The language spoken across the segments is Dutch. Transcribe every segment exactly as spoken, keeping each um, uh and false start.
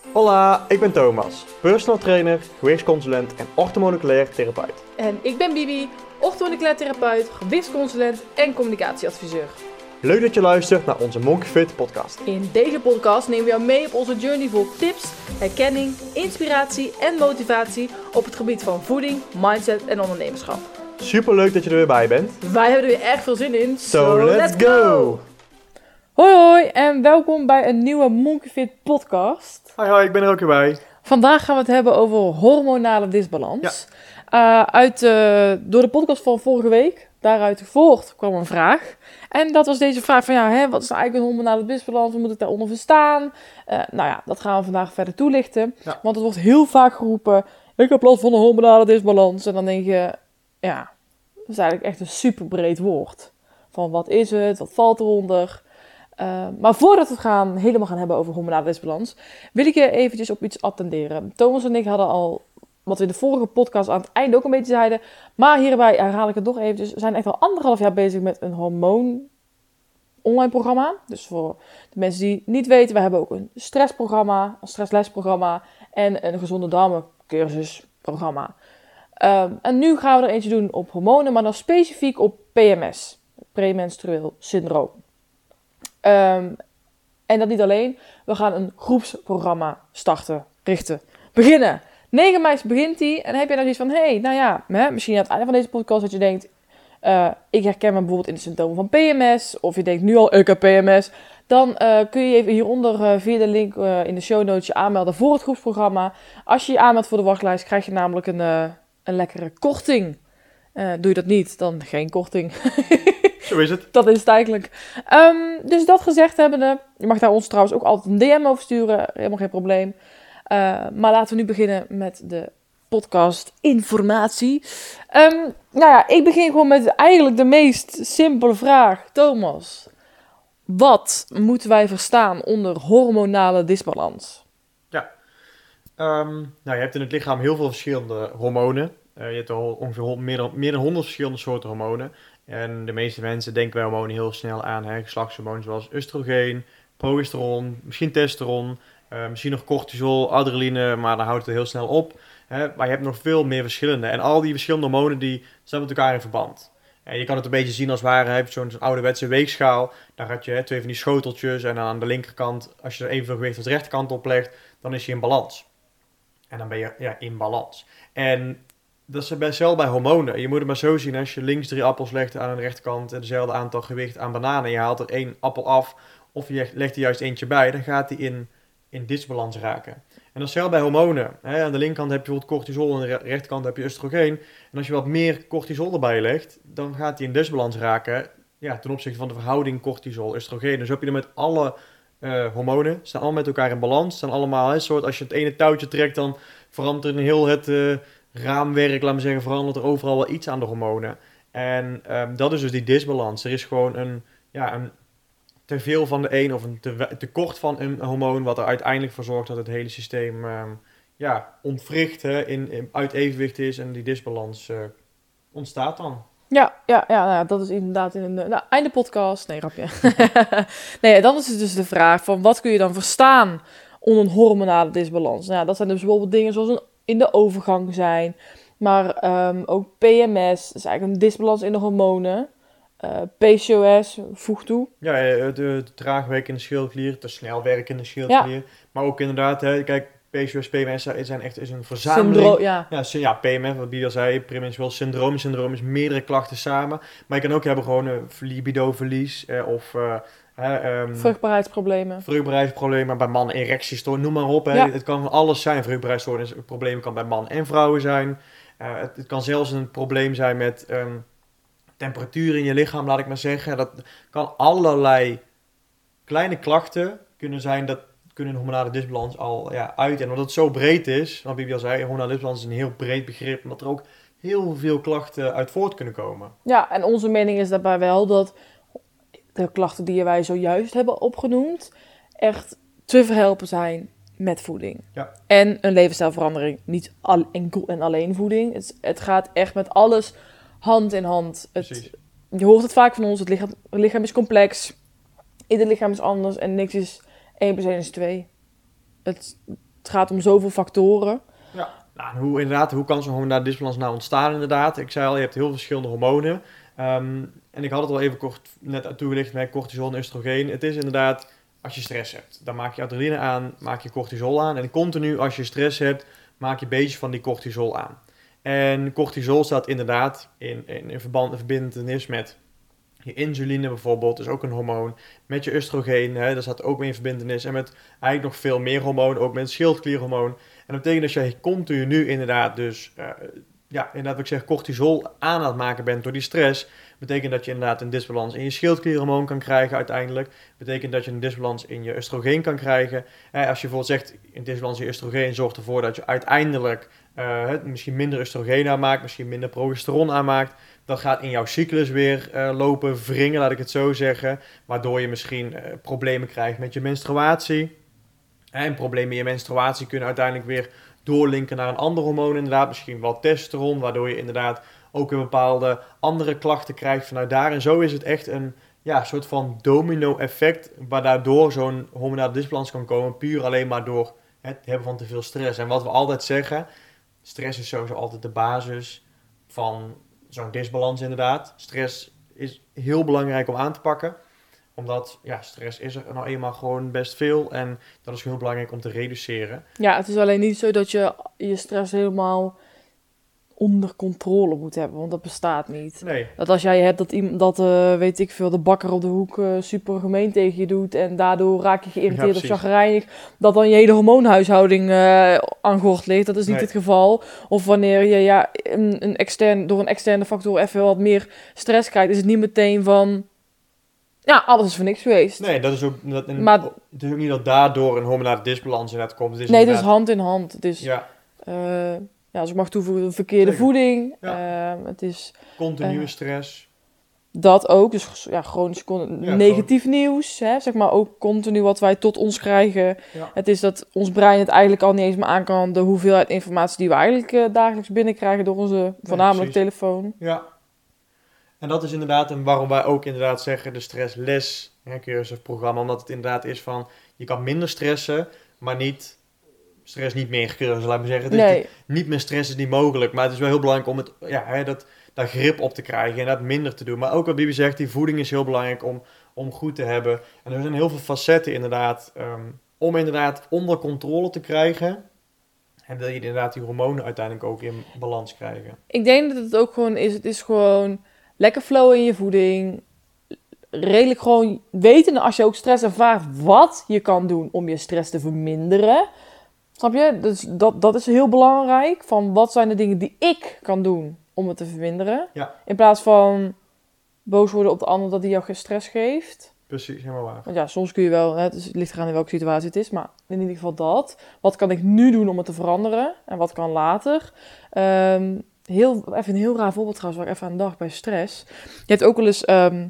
Hola, ik ben Thomas, personal trainer, gewichtsconsulent en orthomoleculair therapeut. En ik ben Bibi, orthomoleculair therapeut, gewichtsconsulent en communicatieadviseur. Leuk dat je luistert naar onze Monkey Fit podcast. In deze podcast nemen we jou mee op onze journey vol tips, herkenning, inspiratie en motivatie op het gebied van voeding, mindset en ondernemerschap. Super leuk dat je er weer bij bent. Wij hebben er weer erg veel zin in, So, so let's go! Hoi hoi en welkom bij een nieuwe Monkey Fit podcast. Hoi hoi, ik ben er ook weer bij. Vandaag gaan we het hebben over hormonale disbalans. Ja. Uh, uit, uh, door de podcast van vorige week, daaruit voort kwam een vraag. En dat was deze vraag van, ja, hè, wat is nou eigenlijk een hormonale disbalans? Wat moet ik daaronder verstaan? Uh, nou ja, dat gaan we vandaag verder toelichten. Ja. Want het wordt heel vaak geroepen, ik heb last van een hormonale disbalans. En dan denk je, ja, dat is eigenlijk echt een super breed woord. Van wat is het, wat valt eronder? Uh, maar voordat we het gaan, helemaal gaan hebben over hormonale disbalans, wil ik je eventjes op iets attenderen. Thomas en ik hadden al, wat we in de vorige podcast aan het einde ook een beetje zeiden, maar hierbij herhaal ik het nog eventjes. We zijn echt al anderhalf jaar bezig met een hormoon online programma. Dus voor de mensen die het niet weten, we hebben ook een stressprogramma, een stresslesprogramma en een gezonde darmencursusprogramma. Um, en nu gaan we er eentje doen op hormonen, maar dan specifiek op P M S, premenstrueel syndroom. Um, en dat niet alleen. We gaan een groepsprogramma starten, richten, beginnen. negen mei begint die. En dan heb je dan iets van, hé, hey, nou ja, hè, misschien aan het einde van deze podcast dat je denkt, uh, ik herken me bijvoorbeeld in de symptomen van P M S. Of je denkt nu al, ik heb P M S. Dan uh, kun je even hieronder uh, via de link uh, in de show notes je aanmelden voor het groepsprogramma. Als je je aanmeldt voor de wachtlijst, krijg je namelijk een, uh, een lekkere korting. Uh, doe je dat niet, dan geen korting. Zo is het. Dat is het eigenlijk. Um, dus dat gezegd hebbende, je mag daar ons trouwens ook altijd een D M over sturen, helemaal geen probleem. Uh, maar laten we nu beginnen met de podcast informatie. Um, nou ja, ik begin gewoon met eigenlijk de meest simpele vraag. Thomas, wat moeten wij verstaan onder hormonale disbalans? Ja, um, nou, je hebt in het lichaam heel veel verschillende hormonen. Uh, je hebt al ongeveer meer dan, meer dan honderd verschillende soorten hormonen. En de meeste mensen denken bij hormonen heel snel aan hè, geslachtshormonen zoals oestrogeen, progesteron, misschien testosteron, uh, misschien nog cortisol, adrenaline, maar dan houdt het heel snel op. Hè. Maar je hebt nog veel meer verschillende. En al die verschillende hormonen die staan met elkaar in verband. En je kan het een beetje zien als het ware, heb je zo'n, zo'n ouderwetse weegschaal. Daar had je hè, twee van die schoteltjes en dan aan de linkerkant, als je er evenveel gewicht op de rechterkant oplegt, dan is je in balans. En dan ben je ja, in balans. En dat is best wel bij hormonen. Je moet het maar zo zien, als je links drie appels legt aan de rechterkant en hetzelfde aantal gewicht aan bananen en je haalt er één appel af of je legt er juist eentje bij, dan gaat die in, in disbalans raken. En dat is wel bij hormonen. Hè? Aan de linkerkant heb je bijvoorbeeld cortisol en aan de rechterkant heb je oestrogeen. En als je wat meer cortisol erbij legt, dan gaat die in disbalans raken ja, ten opzichte van de verhouding cortisol-oestrogeen. Dus heb je er met alle uh, hormonen, staan allemaal met elkaar in balans, staan allemaal een soort, als je het ene touwtje trekt, dan verandert er een heel het Uh, raamwerk, laat me zeggen, verandert er overal wel iets aan de hormonen. En um, dat is dus die disbalans. Er is gewoon een, ja, een te veel van de een of een te, tekort van een hormoon, wat er uiteindelijk voor zorgt dat het hele systeem um, ja, ontwricht, hè, in, in, uit evenwicht is en die disbalans uh, ontstaat dan. Ja, ja, ja nou, dat is inderdaad in een nou, einde podcast. Nee, grapje. Nee, dan is het dus de vraag van wat kun je dan verstaan onder een hormonale disbalans? Nou, dat zijn dus bijvoorbeeld dingen zoals een in de overgang zijn. Maar um, ook P M S, dat is eigenlijk een disbalans in de hormonen. Uh, P C O S, voeg toe. Ja, de, de traag werkende schildklier, de snel werkende schildklier. Ja. Maar ook inderdaad, hè, kijk, P C O S, P M S zijn echt is een verzameling. Syndro- ja. Ja, ja, P M S, wat Bibi al zei, premenstrueel syndroom. Syndroom is meerdere klachten samen. Maar je kan ook hebben gewoon een libidoverlies eh, of Uh, He, um, vruchtbaarheidsproblemen. Vruchtbaarheidsproblemen bij mannen, erectiestoornis, noem maar op. Hè. Ja. Het kan van alles zijn. Vruchtbaarheidsstoornis, het probleem kan bij mannen en vrouwen zijn. Uh, het, het kan zelfs een probleem zijn met um, temperatuur in je lichaam, laat ik maar zeggen. Dat kan allerlei kleine klachten kunnen zijn. Dat kunnen een hormonale disbalans al ja, uit. En omdat het zo breed is, wat Bibi al zei, hormonale disbalans is een heel breed begrip. Omdat er ook heel veel klachten uit voort kunnen komen. Ja, en onze mening is daarbij wel dat de klachten die wij zojuist hebben opgenoemd echt te verhelpen zijn met voeding. Ja. En een levensstijlverandering. Niet al, enkel en alleen voeding. Het, het gaat echt met alles hand in hand. Het, je hoort het vaak van ons, het lichaam, het lichaam is complex. Ieder lichaam is anders en niks is één plus één is twee. Het, het gaat om zoveel factoren. Ja, nou, hoe, inderdaad, hoe kan zo'n hormonale disbalans nou ontstaan inderdaad? Ik zei al, je hebt heel veel verschillende hormonen. Um, en ik had het al even kort net toegelicht met cortisol en oestrogeen. Het is inderdaad, als je stress hebt, dan maak je adrenaline aan, maak je cortisol aan. En continu als je stress hebt, maak je beetjes van die cortisol aan. En cortisol staat inderdaad in, in, in verband, in verbintenis met je insuline bijvoorbeeld, is ook een hormoon. Met je oestrogeen, hè, daar staat ook mee in verbintenis. En met eigenlijk nog veel meer hormonen, ook met het schildklierhormoon. En dat betekent dat jij continu nu inderdaad dus, uh, ja, inderdaad wat ik zeg, cortisol aan aan het maken bent door die stress. Betekent dat je inderdaad een disbalans in je schildklierhormoon kan krijgen uiteindelijk. Betekent dat je een disbalans in je oestrogeen kan krijgen. Eh, als je bijvoorbeeld zegt, een disbalans in je oestrogeen zorgt ervoor dat je uiteindelijk uh, misschien minder oestrogeen aanmaakt, misschien minder progesteron aanmaakt. Dat gaat in jouw cyclus weer uh, lopen, wringen, laat ik het zo zeggen. Waardoor je misschien uh, problemen krijgt met je menstruatie. En problemen in je menstruatie kunnen uiteindelijk weer doorlinken naar een ander hormoon inderdaad. Misschien wel testosteron, waardoor je inderdaad ook weer bepaalde andere klachten krijgt vanuit daar. En zo is het echt een ja, soort van domino-effect, waar daardoor zo'n hormonale disbalans kan komen, puur alleen maar door het hebben van te veel stress. En wat we altijd zeggen, stress is sowieso altijd de basis van zo'n disbalans inderdaad. Stress is heel belangrijk om aan te pakken, omdat ja, stress is er nou eenmaal gewoon best veel en dat is heel belangrijk om te reduceren. Ja, het is alleen niet zo dat je je stress helemaal onder controle moet hebben, want dat bestaat niet. Nee. Dat als jij hebt dat iemand, dat uh, weet ik veel, de bakker op de hoek uh, super gemeen tegen je doet en daardoor raak je geïrriteerd ja, of chagrijnig, dat dan je hele hormoonhuishouding uh, aan gort ligt. Dat is niet nee. het geval. Of wanneer je ja, een, een extern, door een externe factor even wat meer stress krijgt, is het niet meteen van ja, alles is voor niks geweest. Nee, dat is ook, dat, en, maar, het is ook niet dat daardoor een hormonale disbalans inderdaad komt. Het is nee, het is inderdaad hand in hand. Het is, ja. uh, ja, als ik mag toevoegen, verkeerde Zeker. voeding. Ja. Uh, het is continue uh, stress. Dat ook, dus ja, chronisch con- ja, negatief gewoon nieuws, hè, zeg maar ook continu wat wij tot ons krijgen. Ja. Het is dat ons brein het eigenlijk al niet eens meer aan kan, de hoeveelheid informatie die we eigenlijk uh, dagelijks binnenkrijgen door onze voornamelijk nee, telefoon. Ja. En dat is inderdaad een waarom wij ook inderdaad zeggen de stressles, hè, cursus programma, omdat het inderdaad is van, je kan minder stressen, maar niet, stress niet meer cursus, laat me zeggen. Het nee. is niet, niet meer stress is niet mogelijk, maar het is wel heel belangrijk om het, ja, hè, dat, daar grip op te krijgen en dat minder te doen. Maar ook wat Bibi zegt, die voeding is heel belangrijk om, om goed te hebben. En er zijn heel veel facetten inderdaad, um, om inderdaad onder controle te krijgen. En wil je inderdaad die hormonen uiteindelijk ook in balans krijgen. Ik denk dat het ook gewoon is, het is gewoon lekker flow in je voeding. Redelijk gewoon weten als je ook stress ervaart wat je kan doen om je stress te verminderen. Snap je? Dus dat, dat is heel belangrijk. Van wat zijn de dingen die ik kan doen om het te verminderen. Ja. In plaats van boos worden op de ander dat die jou geen stress geeft. Precies, helemaal waar. Want ja, soms kun je wel, hè, het, is, het ligt eraan in welke situatie het is, maar in ieder geval dat. Wat kan ik nu doen om het te veranderen? En wat kan later? Um, heel, even een heel raar voorbeeld trouwens, waar ik even aan dacht bij stress. Je hebt ook wel eens um,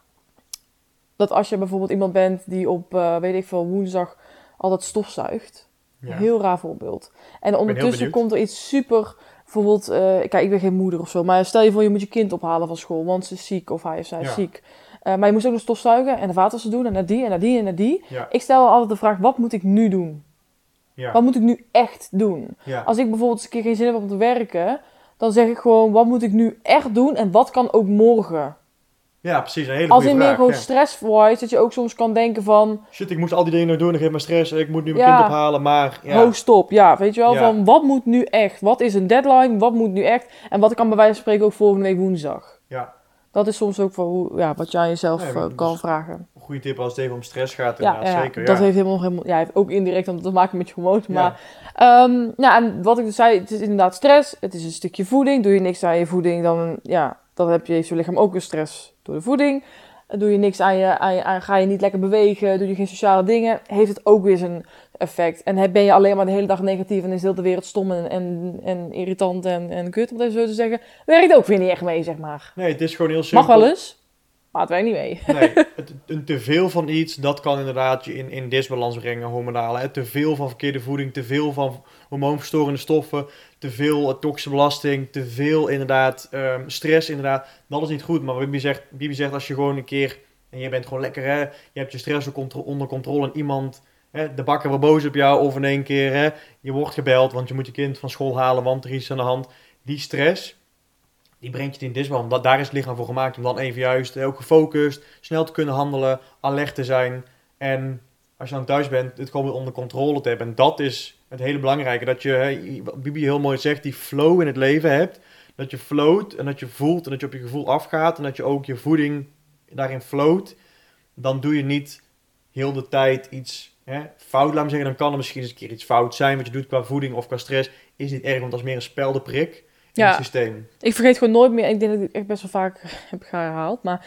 dat als je bijvoorbeeld iemand bent die op, uh, weet ik veel, woensdag altijd stofzuigt. Ja. Een heel raar voorbeeld. En ondertussen komt er iets super, bijvoorbeeld, uh, kijk, ik ben geen moeder of zo, maar stel je voor je moet je kind ophalen van school, want ze is ziek of hij of zij is ja. ziek. Uh, maar je moest ook nog stofzuigen en de vaatwasser doen en naar die en naar die en naar die. Ja. Ik stel altijd de vraag, wat moet ik nu doen? Ja. Wat moet ik nu echt doen? Ja. Als ik bijvoorbeeld eens een keer geen zin heb om te werken, dan zeg ik gewoon, wat moet ik nu echt doen en wat kan ook morgen? Ja, precies. Een hele Als in vraag, meer gewoon ja. stress-wise, dat je ook soms kan denken van... Shit, ik moest al die dingen nog doen, ik heb maar stress, ik moet nu mijn ja, kind ophalen, maar... Ja. Ho, stop. Ja, weet je wel, ja. van wat moet nu echt? Wat is een deadline? Wat moet nu echt? En wat kan bij wijze van spreken ook volgende week woensdag? Ja. Dat is soms ook van hoe, ja, wat je aan jezelf ja, uh, kan dus vragen. Een goede tip als het even om stress gaat, ja, inderdaad, ja, zeker. Ja. Dat heeft helemaal nog helemaal... Ja, heeft ook indirect om te maken met je hormonen. Ja. Maar, um, ja, en wat ik dus zei, het is inderdaad stress. Het is een stukje voeding. Doe je niks aan je voeding, dan, ja, dan heb je, heeft je lichaam ook een stress door de voeding. Doe je niks aan je, aan je aan, ga je niet lekker bewegen, doe je geen sociale dingen, heeft het ook weer zijn effect. En ben je alleen maar de hele dag negatief en is heel de wereld stom en, en, en irritant en, en kut, om het even zo te zeggen, werkt ook weer niet echt mee, zeg maar. Nee, het is gewoon heel simpel. Mag wel eens, maar het werkt niet mee. Nee, het, een teveel van iets, dat kan inderdaad je in, in disbalans brengen, hormonale. Hè. Te veel van verkeerde voeding, te veel van hormoonverstorende stoffen, te veel uh, toxische belasting, te veel inderdaad um, stress inderdaad. Dat is niet goed, maar Bibi zegt, Bibi zegt als je gewoon een keer, en je bent gewoon lekker hè, je hebt je stress onder controle en iemand hè, de bakker wordt boos op jou of in één keer hè, je wordt gebeld, want je moet je kind van school halen, want er is iets aan de hand. Die stress, die brengt je in disbalans. Dat, daar is het lichaam voor gemaakt om dan even juist heel gefocust, snel te kunnen handelen, alert te zijn. En als je dan thuis bent, het gewoon weer onder controle te hebben. En dat is het hele belangrijke. Dat je, hè, wat Bibi heel mooi zegt, die flow in het leven hebt. Dat je float en dat je voelt en dat je op je gevoel afgaat. En dat je ook je voeding daarin float. Dan doe je niet heel de tijd iets hè, fout, laat me zeggen. Dan kan er misschien eens een keer iets fout zijn. Wat je doet qua voeding of qua stress is niet erg, want dat is meer een speldenprik in Ja. het systeem. Ik vergeet gewoon nooit meer, ik denk dat ik het echt best wel vaak heb herhaald, maar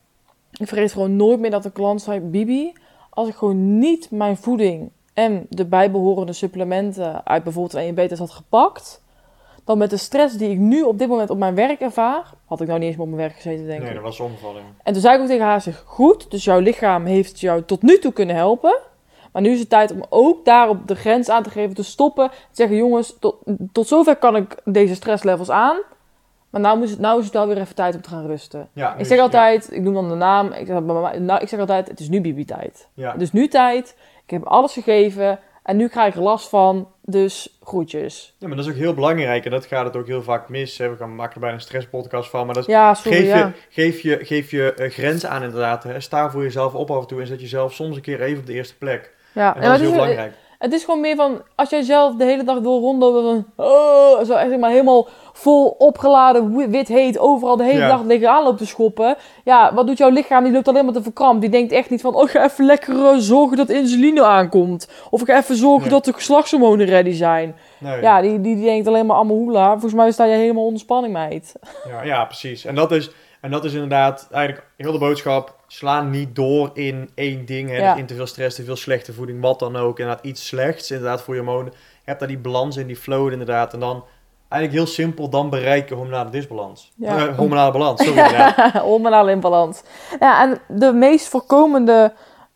ik vergeet gewoon nooit meer dat de klant zei, Bibi, als ik gewoon niet mijn voeding en de bijbehorende supplementen uit bijvoorbeeld een E M B-test had gepakt, dan met de stress die ik nu op dit moment op mijn werk ervaar, had ik nou niet eens meer op mijn werk gezeten, denk ik. Nee, dat was omvalling. En toen zei ik ook tegen haar, zeg, goed, dus jouw lichaam heeft jou tot nu toe kunnen helpen. Maar nu is het tijd om ook daarop de grens aan te geven, te stoppen. Te zeggen, jongens, tot, tot zover kan ik deze stresslevels aan. Maar nou, moet het, nou is het wel weer even tijd om te gaan rusten. Ja, ik dus, zeg ja. altijd, ik noem dan de naam. Ik zeg, nou, ik zeg altijd, het is nu Bibi-tijd. Ja. Het is nu tijd. Ik heb alles gegeven. En nu krijg ik er last van. Dus groetjes. Ja, maar dat is ook heel belangrijk. En dat gaat het ook heel vaak mis. Hè. We gaan maken er bijna een stresspodcast van. Maar dat is, Ja, sorry, geef, ja. je, geef je, geef je uh, grenzen aan inderdaad. Hè. Sta voor jezelf op af en toe. En zet jezelf soms een keer even op de eerste plek. Ja, En ja, dat is het heel is- belangrijk. Het is gewoon meer van, als jij zelf de hele dag door rondloopt van, oh, zo zeg maar helemaal vol opgeladen, wi- wit heet, overal de hele Ja. dag liggen aan loopt te schoppen. Ja, wat doet jouw lichaam? Die loopt alleen maar te verkrampen. Die denkt echt niet van, oh, ik ga even lekker uh, zorgen dat insuline aankomt. Of ik ga even zorgen Ja. dat de geslachtshormonen ready zijn. Nee. Ja, die, die, die denkt alleen maar allemaal hoela. Volgens mij sta je helemaal onder spanning, meid. Ja, ja, precies. En dat, is, en dat is inderdaad eigenlijk heel de boodschap. Sla niet door in één ding. Hè. Ja. Dus in te veel stress, te veel slechte voeding, wat dan ook. Inderdaad iets slechts, inderdaad voor je hormonen. Je hebt daar die balans in, die flow inderdaad. En dan eigenlijk heel simpel, dan bereiken hormonale disbalans. Ja. Eh, hormonale balans, sorry. Ja. Hormonale imbalans. Ja, en de meest voorkomende,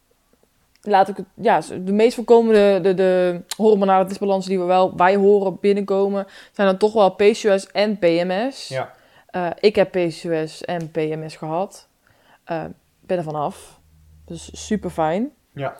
laat ik het, ja, de meest voorkomende de, de hormonale disbalansen die we wel bij horen binnenkomen, zijn dan toch wel P C O S en P M S. Ja. Uh, ik heb P C O S en P M S gehad. Uh, ben er vanaf. Dus super fijn. Ja.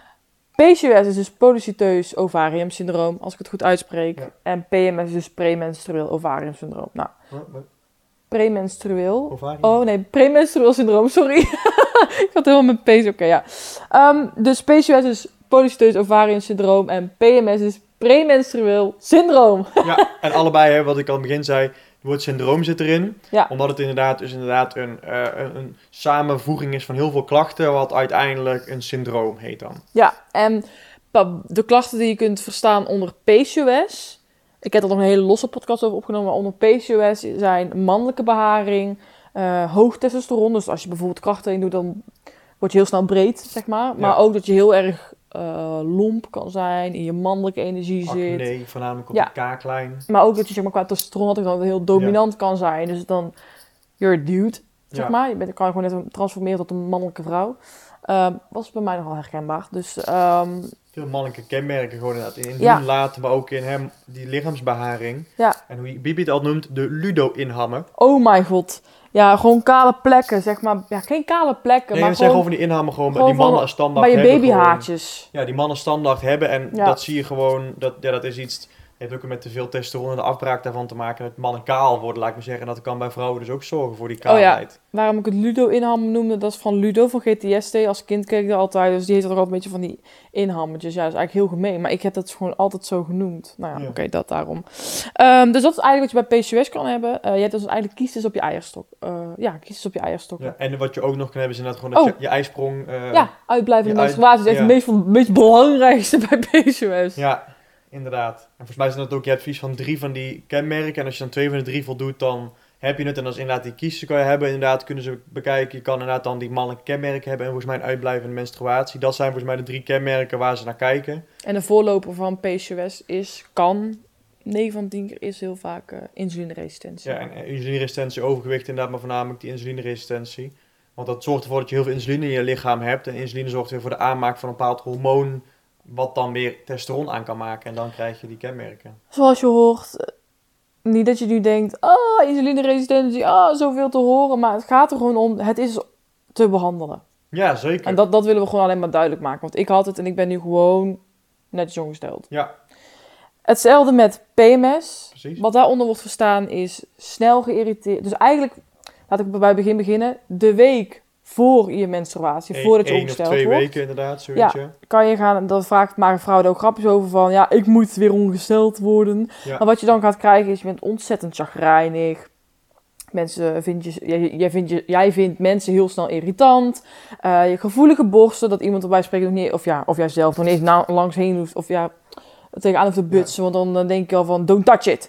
P C O S is dus polycysteus ovarium syndroom, als ik het goed uitspreek. Ja. En P M S is dus premenstrueel ovarium syndroom. Nou, Wat- wat- premenstrueel. Ovarium? Oh nee, premenstrueel syndroom, sorry. Ik had helemaal met P's, oké, ja. Um, dus P C O S is polycysteus ovarium syndroom en P M S is premenstrueel syndroom. Ja, en allebei, hè, wat ik al in het begin zei, het woord syndroom zit erin. Ja. Omdat het inderdaad, dus inderdaad een, uh, een, een samenvoeging is van heel veel klachten, wat uiteindelijk een syndroom heet dan. Ja, en pa- de klachten die je kunt verstaan onder P C O S. Ik heb er nog een hele losse podcast over opgenomen. Maar onder P C O S zijn mannelijke beharing, uh, hoog testosteron. Dus als je bijvoorbeeld krachttraining doet, dan word je heel snel breed, zeg maar. Maar Ja. ook dat je heel erg uh, lomp kan zijn, in je mannelijke energie zit. Acne, voornamelijk op Ja. de kaaklijn. Maar ook dat je zeg maar, qua testosteron altijd dan heel dominant kan zijn. Dus dan, you're a dude, zeg Ja. maar. Je bent, kan je gewoon net transformeren tot een mannelijke vrouw. Um, was bij mij nogal herkenbaar. Dus um, Veel mannelijke kenmerken gewoon inderdaad in Ja. doen laten, maar ook in hem, die lichaamsbeharing. ja, En hoe Bibi het al noemt, de ludo-inhammen. oh mijn god. Ja, gewoon kale plekken, zeg maar. Ja, geen kale plekken, Nee, maar dat zeggen gewoon over die inhammen gewoon, gewoon die mannen van- standaard bij je hebben. gewoon. babyhaartjes. Ja, die mannen standaard hebben en Ja. dat zie je gewoon, dat, ja, dat is iets, het heeft ook met te veel testosteron en de afbraak daarvan te maken. Dat mannen kaal worden, laat ik maar zeggen. En dat kan bij vrouwen dus ook zorgen voor die Oh ja. kaalheid. Waarom ik het Ludo-inhammen noemde, dat is van Ludo, van G T S T. Als kind keek ik er altijd, dus die heeft er ook altijd een beetje van die inhammetjes. Ja, dat is eigenlijk heel gemeen, maar ik heb dat gewoon altijd zo genoemd. Nou ja, Ja. oké, dat daarom. Um, dus dat is eigenlijk wat je bij P C O S kan hebben. Uh, je hebt dus eigenlijk kiestes op je eierstok. Uh, ja, kiestes op je eierstokken. Ja, en wat je ook nog kan hebben is inderdaad gewoon dat Oh. je, je ijsprong... eh, Ja, uitblijvende je uit- menstruatie is echt ja. het meest, van, het meest belangrijkste bij P C O S. Ja, inderdaad. En volgens mij is dat ook, je hebt precies van drie van die kenmerken. En als je dan twee van de drie voldoet, dan heb je het. En als inderdaad die kiezen kan je hebben, inderdaad kunnen ze bekijken. Je kan inderdaad dan die mannelijke kenmerken hebben. En volgens mij een uitblijvende menstruatie. Dat zijn volgens mij de drie kenmerken waar ze naar kijken. En de voorloper van P C O S is, kan, negen van tien keer is heel vaak uh, insulineresistentie. Ja, en eh, insulineresistentie, overgewicht inderdaad, maar voornamelijk die insulineresistentie. Want dat zorgt ervoor dat je heel veel insuline in je lichaam hebt. En insuline zorgt weer voor de aanmaak van een bepaald hormoon, wat dan weer testosteron aan kan maken. En dan krijg je die kenmerken. Zoals je hoort, eh, niet dat je nu denkt, ah, insulineresistentie, ah, zoveel te horen. Maar het gaat er gewoon om, het is te behandelen. Ja, zeker. En dat, dat willen we gewoon alleen maar duidelijk maken. Want ik had het en ik ben nu gewoon netjes ongesteld. Ja. Hetzelfde met P M S. Precies. Wat daaronder wordt verstaan is snel geïrriteerd. Dus eigenlijk, laat ik bij het begin beginnen. De week voor je menstruatie, Eén- voordat je één ongesteld of twee wordt. weken inderdaad, zoiets, ja. Kan je gaan, dan vraagt maar een vrouw er ook grapjes over van, ja, ik moet weer ongesteld worden. Ja. Maar wat je dan gaat krijgen is, je bent ontzettend chagrijnig. Mensen vind je, jij, jij, vindt je, jij vindt mensen heel snel irritant. Uh, je gevoelige borsten, dat iemand erbij spreekt nog niet, of ja, of jij zelf nog niet eens na, langs heen hoeft, of ja, tegenaan hoeft te butsen, want dan, dan denk je al van, don't touch it.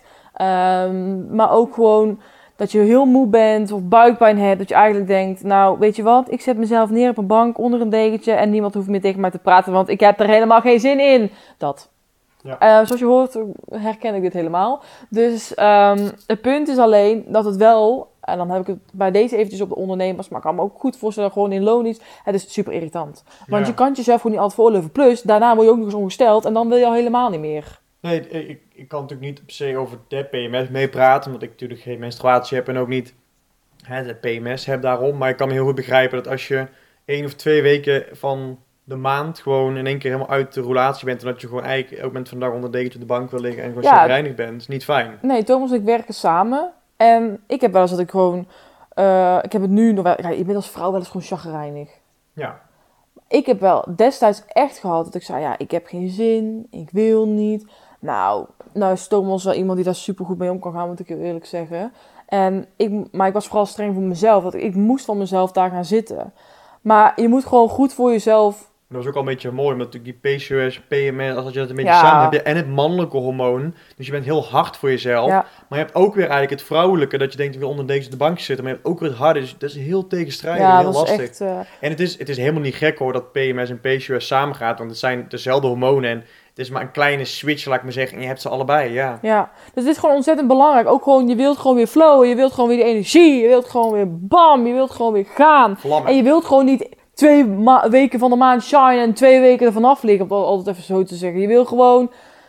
Um, maar ook gewoon dat je heel moe bent of buikpijn hebt, dat je eigenlijk denkt, nou, weet je wat, ik zet mezelf neer op een bank onder een dekentje en niemand hoeft meer tegen mij te praten, want ik heb er helemaal geen zin in. Dat. Ja. Uh, zoals je hoort, herken ik dit helemaal. Dus um, het punt is alleen dat het wel, en dan heb ik het bij deze eventjes op de ondernemers, maar ik kan me ook goed voorstellen, gewoon in loondienst, het is super irritant. Want Ja. je kan jezelf gewoon niet altijd veroorloven. Plus, daarna word je ook nog eens ongesteld en dan wil je al helemaal niet meer. Nee, ik, ik kan natuurlijk niet per se over de P M S meepraten, omdat ik natuurlijk geen menstruatie heb en ook niet hè, de P M S heb daarom. Maar ik kan me heel goed begrijpen dat als je één of twee weken van de maand gewoon in één keer helemaal uit de roulatie bent en dat je gewoon eigenlijk ook met vandaag onder dekentje op de bank wil liggen en gewoon Ja. chagrijnig bent, is niet fijn. Nee, Thomas en ik werken samen. En ik heb wel eens dat ik gewoon, uh, ik heb het nu nog wel, ja, je bent als vrouw wel eens gewoon chagrijnig. Ja. Ik heb wel destijds echt gehad dat ik zei, ja, ik heb geen zin, ik wil niet. Nou, nou is Thomas wel iemand die daar super goed mee om kan gaan, moet ik heel eerlijk zeggen. En ik, maar ik was vooral streng voor mezelf, dat ik, ik moest van mezelf daar gaan zitten. Maar je moet gewoon goed voor jezelf. Dat was ook al een beetje mooi, omdat natuurlijk die P C O S, P M S, als je dat een beetje Ja. samen hebt, en het mannelijke hormoon, dus je bent heel hard voor jezelf. Ja, Maar je hebt ook weer eigenlijk het vrouwelijke, dat je denkt, ik wil onder deze de bank zitten, maar je hebt ook weer het harde, dus dat is heel tegenstrijdig en ja heel dat is lastig. echt... Uh, En het is, het is helemaal niet gek hoor, dat P M S en P C O S samengaat, want het zijn dezelfde hormonen en het is maar een kleine switch, laat ik maar zeggen, en je hebt ze allebei, ja. ja, dus dit is gewoon ontzettend belangrijk. Ook gewoon, je wilt gewoon weer flowen, je wilt gewoon weer de energie, je wilt gewoon weer bam, je wilt gewoon weer gaan. Vlammen. En je wilt gewoon niet twee ma- weken van de maand shine en twee weken ervan af liggen, om het altijd even zo te zeggen. Je wil gewoon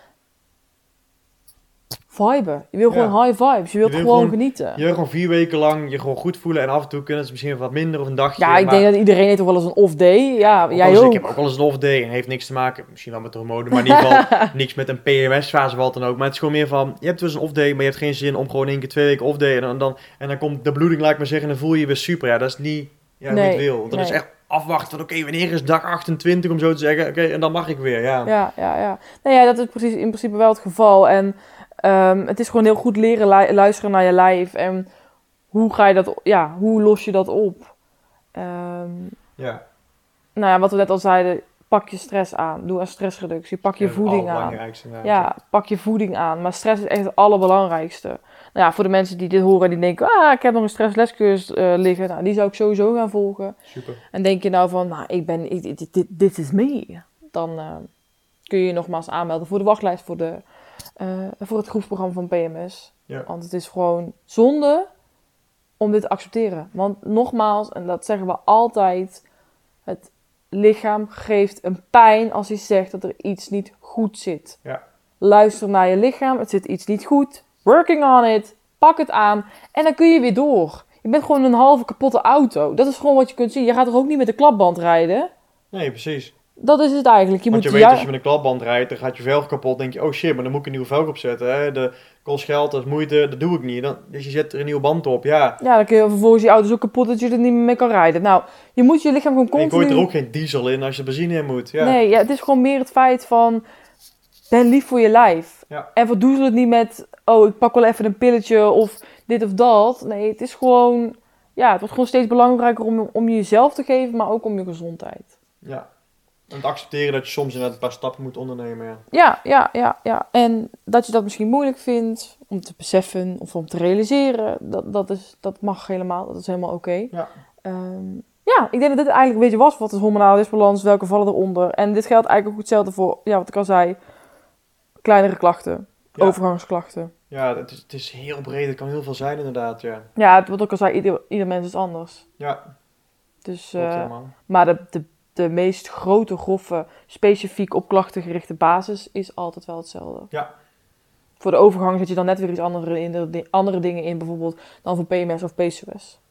viben. Je wil Ja. gewoon high vibes. Je wilt Je wil gewoon, gewoon- genieten. Je wil gewoon vier weken lang je gewoon goed voelen en af en toe kunnen het misschien wat minder of een dagje. Ja, ik maar denk dat iedereen heeft toch wel eens een off day. Ja, ook wel jij eens- ook. Ik heb ook wel eens een off day en heeft niks te maken, misschien wel met de hormonen, maar in ieder geval niks met een P M S-fase of wat dan ook. Maar het is gewoon meer van, je hebt dus een off day, maar je hebt geen zin om gewoon één keer twee weken off day en dan, dan, en dan komt de bloeding, laat ik maar zeggen, en dan voel je je weer super. Ja, dat is niet ja, hoe je Nee, het wil. Dat is nee. echt afwachten van, oké, wanneer is dag achtentwintig om zo te zeggen, oké, en dan mag ik weer, ja. Ja, ja, ja. Nou ja, dat is precies in principe wel het geval. En um, het is gewoon heel goed leren lu- luisteren naar je lijf. En hoe ga je dat, ja, hoe los je dat op? Um, Ja. nou ja, wat we net al zeiden, pak je stress aan. Doe aan stressreductie. Pak je Dat is het voeding aan. allerbelangrijkste, inderdaad. Ja, pak je voeding aan. Maar stress is echt het allerbelangrijkste. Nou ja, voor de mensen die dit horen en die denken, ah, ik heb nog een stresslescursus uh, liggen. Nou, die zou ik sowieso gaan volgen. Super. En denk je nou van, nou, ik ben, ik, dit, dit, dit is me. Dan uh, kun je je nogmaals aanmelden voor de wachtlijst voor, de, uh, voor het groepsprogramma van P M S. Ja. Want het is gewoon zonde om dit te accepteren. Want nogmaals, en dat zeggen we altijd, het lichaam geeft een pijn als hij zegt dat er iets niet goed zit. Ja. Luister naar je lichaam, het zit iets niet goed. Working on it, pak het aan en dan kun je weer door. Je bent gewoon een halve kapotte auto. Dat is gewoon wat je kunt zien. Je gaat toch ook niet met de klapband rijden? Nee, precies. Dat is het eigenlijk. Je Want moet je weet, ju- als je met een klapband rijdt, dan gaat je velg kapot. denk je, oh shit, maar dan moet ik een nieuwe velg opzetten. Hè? De kost geld, dat is moeite, dat doe ik niet. Dan, dus je zet er een nieuwe band op, ja. Ja, dan kun je vervolgens je auto zo kapot dat je er niet meer mee kan rijden. Nou, je moet je lichaam gewoon En je continu... gooit er ook geen diesel in als je benzine in moet. Ja. Nee, ja, het is gewoon meer het feit van... Ben lief voor je lijf. Ja. En verdoezel het niet met... Oh, ik pak wel even een pilletje of dit of dat. Nee, het is gewoon... Ja, het wordt gewoon steeds belangrijker om, om jezelf te geven, maar ook om je gezondheid. Ja. En het accepteren dat je soms inderdaad een paar stappen moet ondernemen, ja. Ja, ja, ja, ja. En dat je dat misschien moeilijk vindt om te beseffen of om te realiseren, dat, dat, is, dat mag helemaal, dat is helemaal oké. Ja. Um, ja, ik denk dat dit eigenlijk een beetje was. Wat is hormonale disbalans, welke vallen eronder? En dit geldt eigenlijk ook hetzelfde voor, ja, wat ik al zei, kleinere klachten, Ja. overgangsklachten. Ja, het is, het is heel breed. Het kan heel veel zijn inderdaad, ja. Ja, het wordt ook al zei, ieder, ieder mens is anders. Ja, Dus, klopt uh, helemaal. maar de, de, de meest grote, grove, specifiek op klachten gerichte basis is altijd wel hetzelfde. Ja. Voor de overgang zet je dan net weer iets andere, in de, andere dingen in, bijvoorbeeld dan voor P M S of P C O S.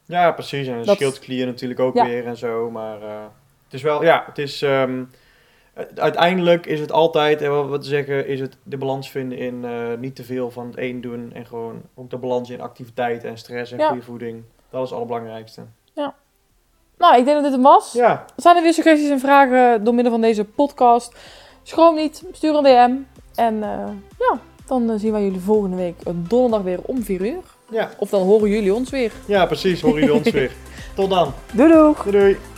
Ja, precies. En de Dat- schildklier natuurlijk ook Ja. weer en zo. Maar uh, het is wel, ja, het is... Um, uiteindelijk is het altijd, en wat we te zeggen, is het de balans vinden in uh, niet te veel van het een doen. En gewoon ook de balans in activiteiten en stress en Ja. goede voeding. Dat is het allerbelangrijkste. Nou, ik denk dat dit hem was. Ja, Zijn er weer suggesties en vragen door middel van deze podcast? Schroom niet, stuur een D M. En uh, ja, dan uh, zien wij jullie volgende week uh, donderdag weer om vier uur. ja. Of dan horen jullie ons weer. Ja, precies. Horen jullie ons weer. Tot dan. Doei doei! Doei doei.